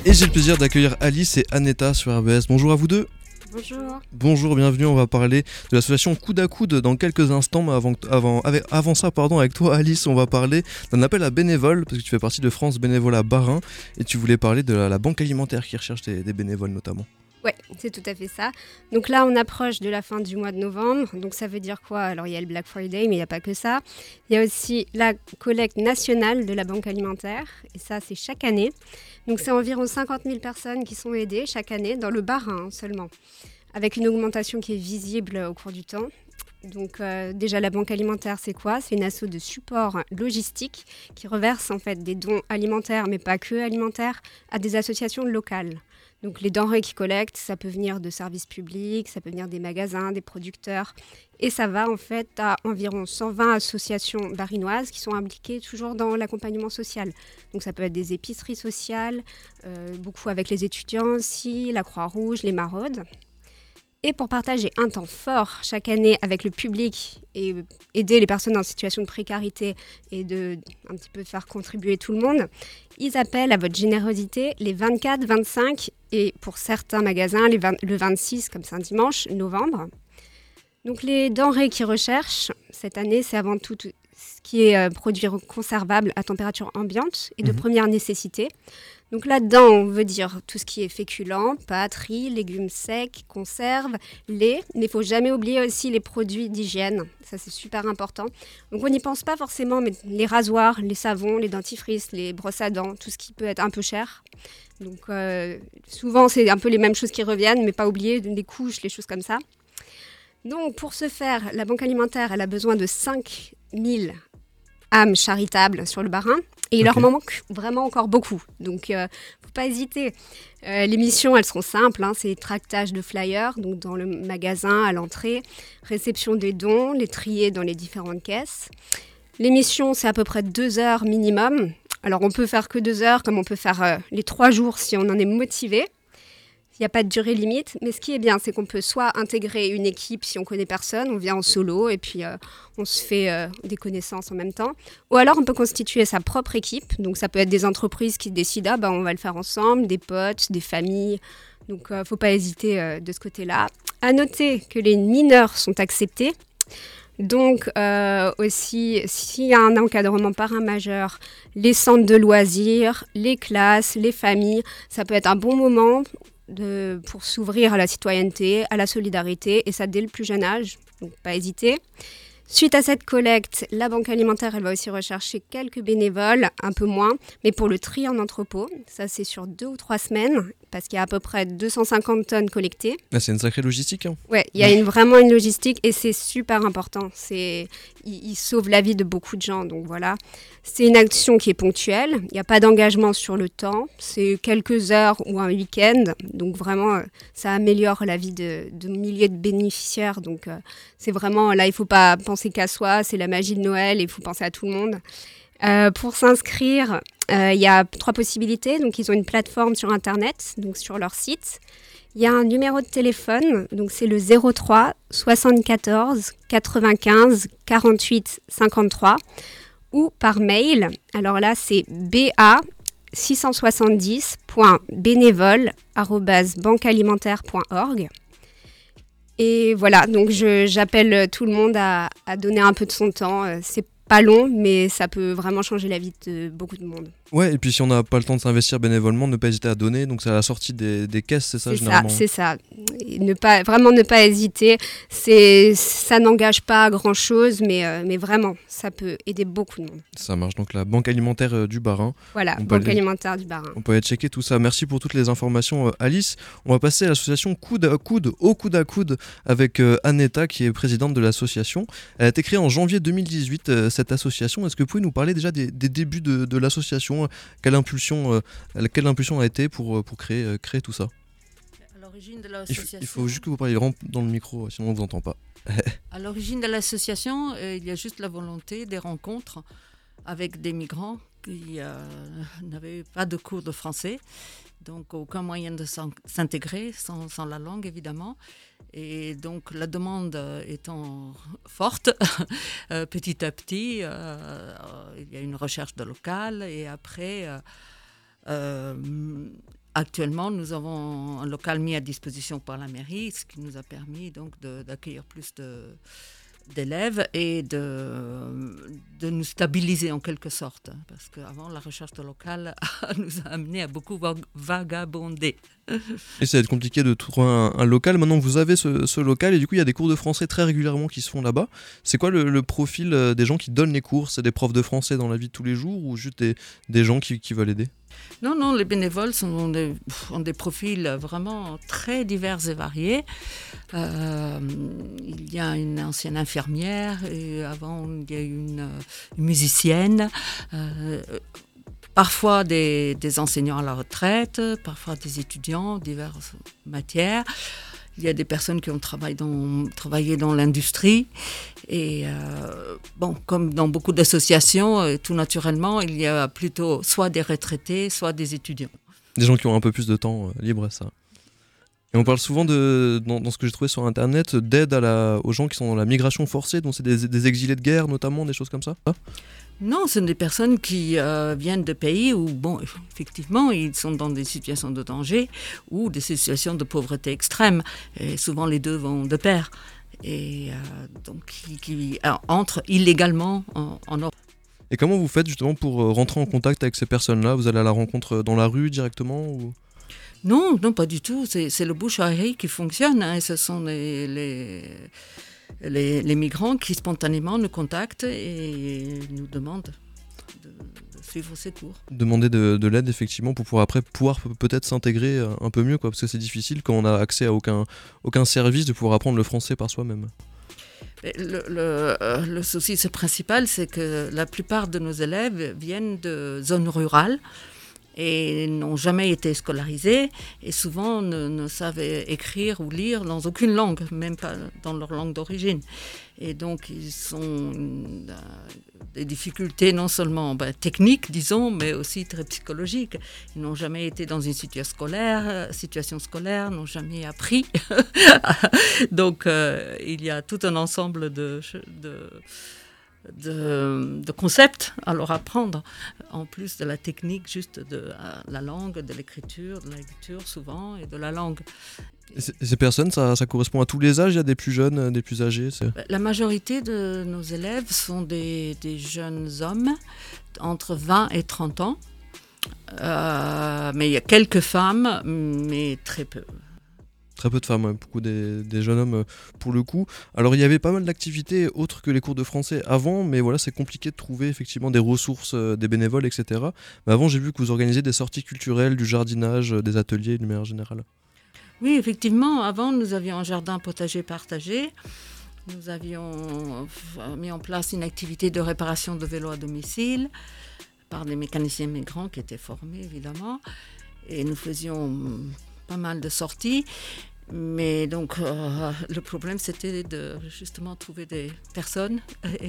Et j'ai le plaisir d'accueillir Alice et Aneta sur RBS. Bonjour à vous deux. Bonjour. Bonjour, bienvenue. On va parler de l'association Coude à Coude dans quelques instants. Mais avant ça, avec toi Alice, on va parler d'un appel à bénévoles parce que tu fais partie de France Bénévolat Bas-Rhin et tu voulais parler de la banque alimentaire qui recherche des bénévoles notamment. Ouais, c'est tout à fait ça. Donc là, on approche de la fin du mois de novembre. Donc ça veut dire quoi? Alors il y a le Black Friday, mais il n'y a pas que ça. Il y a aussi la collecte nationale de la banque alimentaire. Et ça, c'est chaque année. Donc c'est environ 50 000 personnes qui sont aidées chaque année dans le Bas-Rhin seulement, avec une augmentation qui est visible au cours du temps. Donc déjà la banque alimentaire c'est quoi? C'est une asso de support logistique qui reverse en fait des dons alimentaires, mais pas que alimentaires, à des associations locales. Donc les denrées qu'ils collectent, ça peut venir de services publics, ça peut venir des magasins, des producteurs. Et ça va en fait à environ 120 associations barinoises qui sont impliquées toujours dans l'accompagnement social. Donc ça peut être des épiceries sociales, beaucoup avec les étudiants aussi, la Croix-Rouge, les maraudes. Et pour partager un temps fort chaque année avec le public et aider les personnes en situation de précarité et de un petit peu faire contribuer tout le monde, ils appellent à votre générosité les 24, 25 et pour certains magasins le 26, comme c'est un dimanche, novembre. Donc les denrées qu'ils recherchent cette année, c'est avant tout ce qui est produit conservable à température ambiante et de première nécessité. Donc là-dedans, on veut dire tout ce qui est féculent, pâtes, riz, légumes secs, conserves, lait. Mais il ne faut jamais oublier aussi les produits d'hygiène. Ça, c'est super important. Donc on n'y pense pas forcément, mais les rasoirs, les savons, les dentifrices, les brosses à dents, tout ce qui peut être un peu cher. Donc souvent, c'est un peu les mêmes choses qui reviennent, mais pas oublier les couches, les choses comme ça. Donc pour ce faire, la banque alimentaire, elle a besoin de 5 000 âmes charitables sur le Bas-Rhin. Et il leur manque vraiment encore beaucoup. Donc, faut pas hésiter. Les missions, elles seront simples. C'est tractage de flyers, donc dans le magasin, à l'entrée, réception des dons, les trier dans les différentes caisses. Les missions, c'est à peu près 2 heures minimum. Alors, on peut faire que 2 heures, comme on peut faire les 3 jours si on en est motivé. Il n'y a pas de durée limite, mais ce qui est bien, c'est qu'on peut soit intégrer une équipe si on ne connaît personne, on vient en solo et puis on se fait des connaissances en même temps. Ou alors on peut constituer sa propre équipe, donc ça peut être des entreprises qui décident, on va le faire ensemble, des potes, des familles, donc il ne faut pas hésiter de ce côté-là. À noter que les mineurs sont acceptés. Donc aussi, s'il y a un encadrement par un majeur, les centres de loisirs, les classes, les familles, ça peut être un bon moment pour s'ouvrir à la citoyenneté, à la solidarité, et ça dès le plus jeune âge, donc pas hésiter. Suite à cette collecte, la banque alimentaire, elle va aussi rechercher quelques bénévoles, un peu moins, mais pour le tri en entrepôt, ça c'est sur 2 ou 3 semaines, parce qu'il y a à peu près 250 tonnes collectées. Là, c'est une sacrée logistique. Ouais, il y a vraiment une logistique et c'est super important. Il sauve la vie de beaucoup de gens, donc voilà. C'est une action qui est ponctuelle, il n'y a pas d'engagement sur le temps, c'est quelques heures ou un week-end, donc vraiment ça améliore la vie de milliers de bénéficiaires. Donc c'est vraiment, là il ne faut pas penser qu'à soi, c'est la magie de Noël et il faut penser à tout le monde. Pour s'inscrire, il y a 3 possibilités. Donc, ils ont une plateforme sur Internet, donc sur leur site. Il y a un numéro de téléphone, donc c'est le 03 74 95 48 53 ou par mail. Alors là, c'est ba670.bénévole@banquealimentaire.org. Et voilà, donc j'appelle tout le monde à donner un peu de son temps. C'est pas long, mais ça peut vraiment changer la vie de beaucoup de monde. Ouais, et puis si on n'a pas le temps de s'investir bénévolement, ne pas hésiter à donner. Donc c'est à la sortie des caisses, c'est ça généralement. C'est ça. Ne pas hésiter. Ça n'engage pas à grand chose, mais vraiment, ça peut aider beaucoup de monde. Ça marche. Donc la banque alimentaire du Bas-Rhin. Voilà, banque alimentaire du Bas-Rhin. On peut aller checker tout ça. Merci pour toutes les informations, Alice. On va passer à l'association Coude à Coude, au coude à coude, avec Aneta, qui est présidente de l'association. Elle a été créée en janvier 2018, cette association. Est-ce que vous pouvez nous parler déjà des débuts de l'association? Quelle impulsion a été pour créer tout ça? À l'origine de l'association... Il faut juste que vous parliez vraiment dans le micro, sinon on ne vous entend pas. À l'origine de l'association, il y a juste la volonté des rencontres avec des migrants qui n'avaient pas de cours de français, donc aucun moyen de s'intégrer sans la langue évidemment. Et donc la demande étant forte, petit à petit, il y a une recherche de local et après, à actuellement, nous avons un local mis à disposition par la mairie, ce qui nous a permis donc d'accueillir plus d'élèves et de nous stabiliser en quelque sorte. Parce qu'avant, la recherche de local nous a amené à beaucoup vagabonder. Et ça va être compliqué de trouver un local. Maintenant, vous avez ce local et du coup, il y a des cours de français très régulièrement qui se font là-bas. C'est quoi le profil des gens qui donnent les cours? C'est des profs de français dans la vie de tous les jours ou juste des gens qui veulent aider? Non, les bénévoles ont des profils vraiment très divers et variés. Il y a une ancienne infirmière, et avant il y a une musicienne, parfois des enseignants à la retraite, parfois des étudiants, diverses matières. Il y a des personnes qui ont travaillé dans l'industrie. Et comme dans beaucoup d'associations, tout naturellement, il y a plutôt soit des retraités, soit des étudiants. Des gens qui ont un peu plus de temps libre, ça. Et on parle souvent, dans ce que j'ai trouvé sur Internet, d'aide aux gens qui sont dans la migration forcée, donc c'est des exilés de guerre notamment, des choses comme ça. Non, ce sont des personnes qui viennent de pays où, effectivement, ils sont dans des situations de danger ou des situations de pauvreté extrême. Et souvent, les deux vont de pair. Et donc, qui entrent illégalement en Europe. Et comment vous faites justement pour rentrer en contact avec ces personnes-là? Vous allez à la rencontre dans la rue directement ou... Non, pas du tout. C'est le bouche-à-oreille qui fonctionne. Et ce sont les migrants qui spontanément nous contactent et nous demandent de suivre ces cours. Demander de l'aide effectivement pour pouvoir peut-être s'intégrer un peu mieux, quoi, parce que c'est difficile quand on n'a accès à aucun service de pouvoir apprendre le français par soi-même. Le souci principal, c'est que la plupart de nos élèves viennent de zones rurales et n'ont jamais été scolarisés et souvent ne savent écrire ou lire dans aucune langue, même pas dans leur langue d'origine. Et donc, ils ont des difficultés non seulement techniques, disons, mais aussi très psychologiques. Ils n'ont jamais été dans une situation scolaire, n'ont jamais appris. Donc, il y a tout un ensemble de concepts à leur apprendre, en plus de la technique juste de la langue, de l'écriture, de la lecture souvent, et de la langue. Et ces personnes, ça correspond à tous les âges? Il y a des plus jeunes, des plus âgés? La majorité de nos élèves sont des jeunes hommes entre 20 et 30 ans, mais il y a quelques femmes, mais très peu. Très peu de femmes, beaucoup des jeunes hommes pour le coup. Alors il y avait pas mal d'activités autres que les cours de français avant, mais voilà, c'est compliqué de trouver effectivement des ressources, des bénévoles, etc. Mais avant, j'ai vu que vous organisez des sorties culturelles, du jardinage, des ateliers d'une manière générale. Oui, effectivement, avant nous avions un jardin potager partagé. Nous avions mis en place une activité de réparation de vélos à domicile par des mécaniciens migrants qui étaient formés évidemment. Et nous faisions pas mal de sorties. Mais donc, le problème, c'était de justement trouver des personnes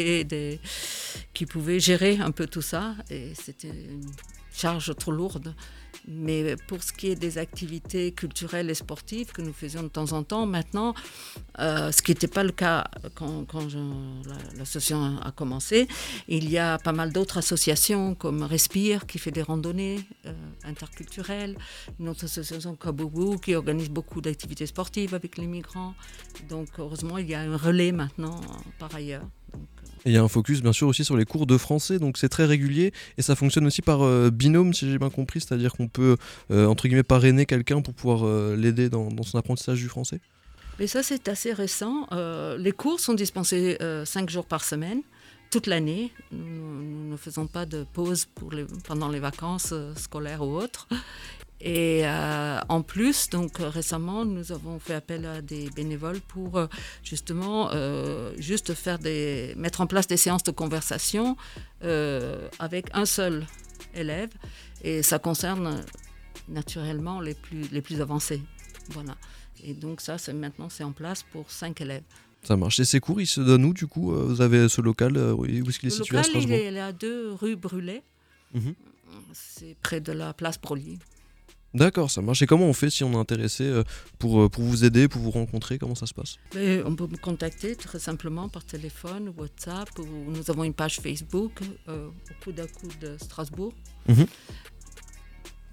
qui pouvaient gérer un peu tout ça. Et c'était une charge trop lourde. Mais pour ce qui est des activités culturelles et sportives que nous faisions de temps en temps, maintenant, ce qui n'était pas le cas quand l'association a commencé, il y a pas mal d'autres associations comme Respire qui fait des randonnées interculturelles, une autre association Kaboubou qui organise beaucoup d'activités sportives avec les migrants. Donc heureusement, il y a un relais maintenant par ailleurs. Et il y a un focus bien sûr aussi sur les cours de français, donc c'est très régulier et ça fonctionne aussi par binôme si j'ai bien compris, c'est-à-dire qu'on peut entre guillemets parrainer quelqu'un pour pouvoir l'aider dans son apprentissage du français. Mais ça c'est assez récent, les cours sont dispensés 5 jours par semaine, toute l'année, nous ne faisons pas de pause pendant les vacances scolaires ou autres. Et en plus, donc récemment, nous avons fait appel à des bénévoles pour justement juste mettre en place des séances de conversation avec un seul élève. Et ça concerne naturellement les plus avancés. Voilà. Et donc ça, maintenant, c'est en place pour 5 élèves. Ça marche. Et ces cours, ils se donnent où du coup? Vous avez ce local, où est-ce qu'il est situé à Strasbourg? Le local, il est à 2 rue Brûlé. Mm-hmm. C'est près de la place Broglie. D'accord, ça marche. Et comment on fait si on est intéressé pour vous aider, pour vous rencontrer? Comment ça se passe? On peut me contacter très simplement par téléphone, WhatsApp, ou nous avons une page Facebook, au Coude à Coude Strasbourg. Mmh.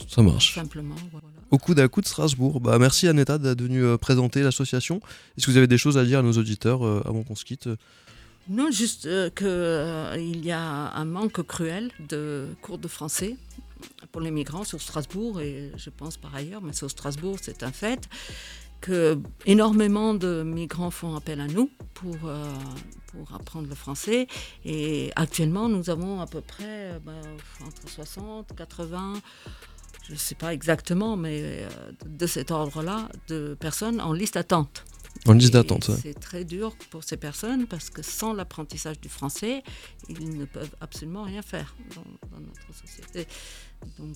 Ça marche. Simplement, voilà. Au coude à coude Strasbourg. Merci Aneta d'être venue présenter l'association. Est-ce que vous avez des choses à dire à nos auditeurs avant qu'on se quitte? Non, juste qu'il y a un manque cruel de cours de français pour les migrants sur Strasbourg, et je pense par ailleurs, mais sur Strasbourg c'est un fait, que énormément de migrants font appel à nous pour apprendre le français. Et actuellement, nous avons à peu près entre 60, 80, je ne sais pas exactement, mais de cet ordre-là, de personnes en liste d'attente. En liste d'attente, ouais. C'est très dur pour ces personnes parce que sans l'apprentissage du français, ils ne peuvent absolument rien faire dans notre société. Donc,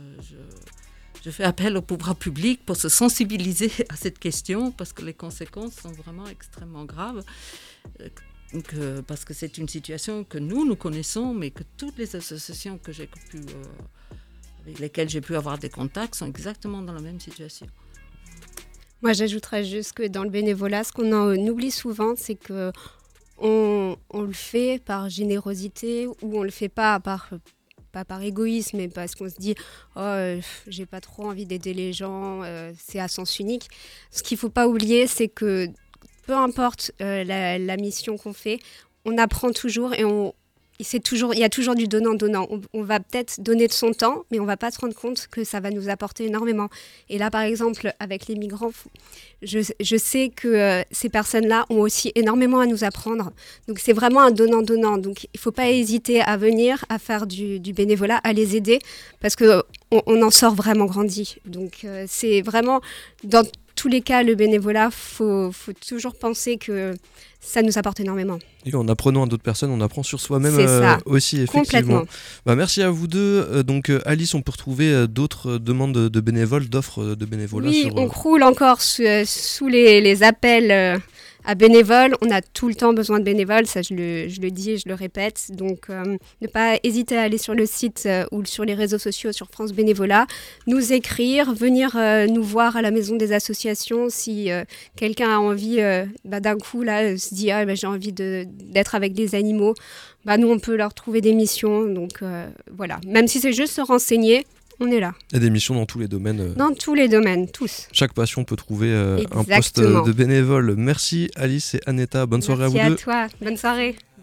je fais appel au pouvoir public pour se sensibiliser à cette question parce que les conséquences sont vraiment extrêmement graves. Parce que c'est une situation que nous connaissons, mais que toutes les associations que avec lesquelles j'ai pu avoir des contacts sont exactement dans la même situation. Moi, j'ajouterais juste que dans le bénévolat, ce qu'on en oublie souvent, c'est que on le fait par générosité ou on le fait pas par égoïsme, mais parce qu'on se dit j'ai pas trop envie d'aider les gens, c'est à sens unique. Ce qu'il faut pas oublier, c'est que peu importe la mission qu'on fait, on apprend toujours et il y a toujours du donnant-donnant. On va peut-être donner de son temps, mais on ne va pas se rendre compte que ça va nous apporter énormément. Et là, par exemple, avec les migrants, je sais que ces personnes-là ont aussi énormément à nous apprendre. Donc, c'est vraiment un donnant-donnant. Donc, il ne faut pas hésiter à venir, à faire du bénévolat, à les aider, parce qu'on en sort vraiment grandi. Donc, c'est vraiment, dans tous les cas, le bénévolat, faut toujours penser que ça nous apporte énormément. Et en apprenant à d'autres personnes, on apprend sur soi-même aussi, effectivement. Complètement. Merci à vous deux. Donc Alice, on peut retrouver d'autres demandes de bénévoles, d'offres de bénévolat? Oui, on croule encore sous les appels à bénévoles. On a tout le temps besoin de bénévoles, ça je le dis et je le répète. Donc ne pas hésiter à aller sur le site ou sur les réseaux sociaux sur France Bénévolat, nous écrire, venir nous voir à la maison des associations si quelqu'un a envie d'un coup là se dit j'ai envie d'être avec des animaux. Nous on peut leur trouver des missions. Donc voilà, même si c'est juste se renseigner. On est là. Il y a des missions dans tous les domaines. Dans tous les domaines, tous. Chaque passion peut trouver un poste de bénévole. Merci Alice et Aneta. Bonne soirée à vous deux. Merci à toi. Bonne soirée.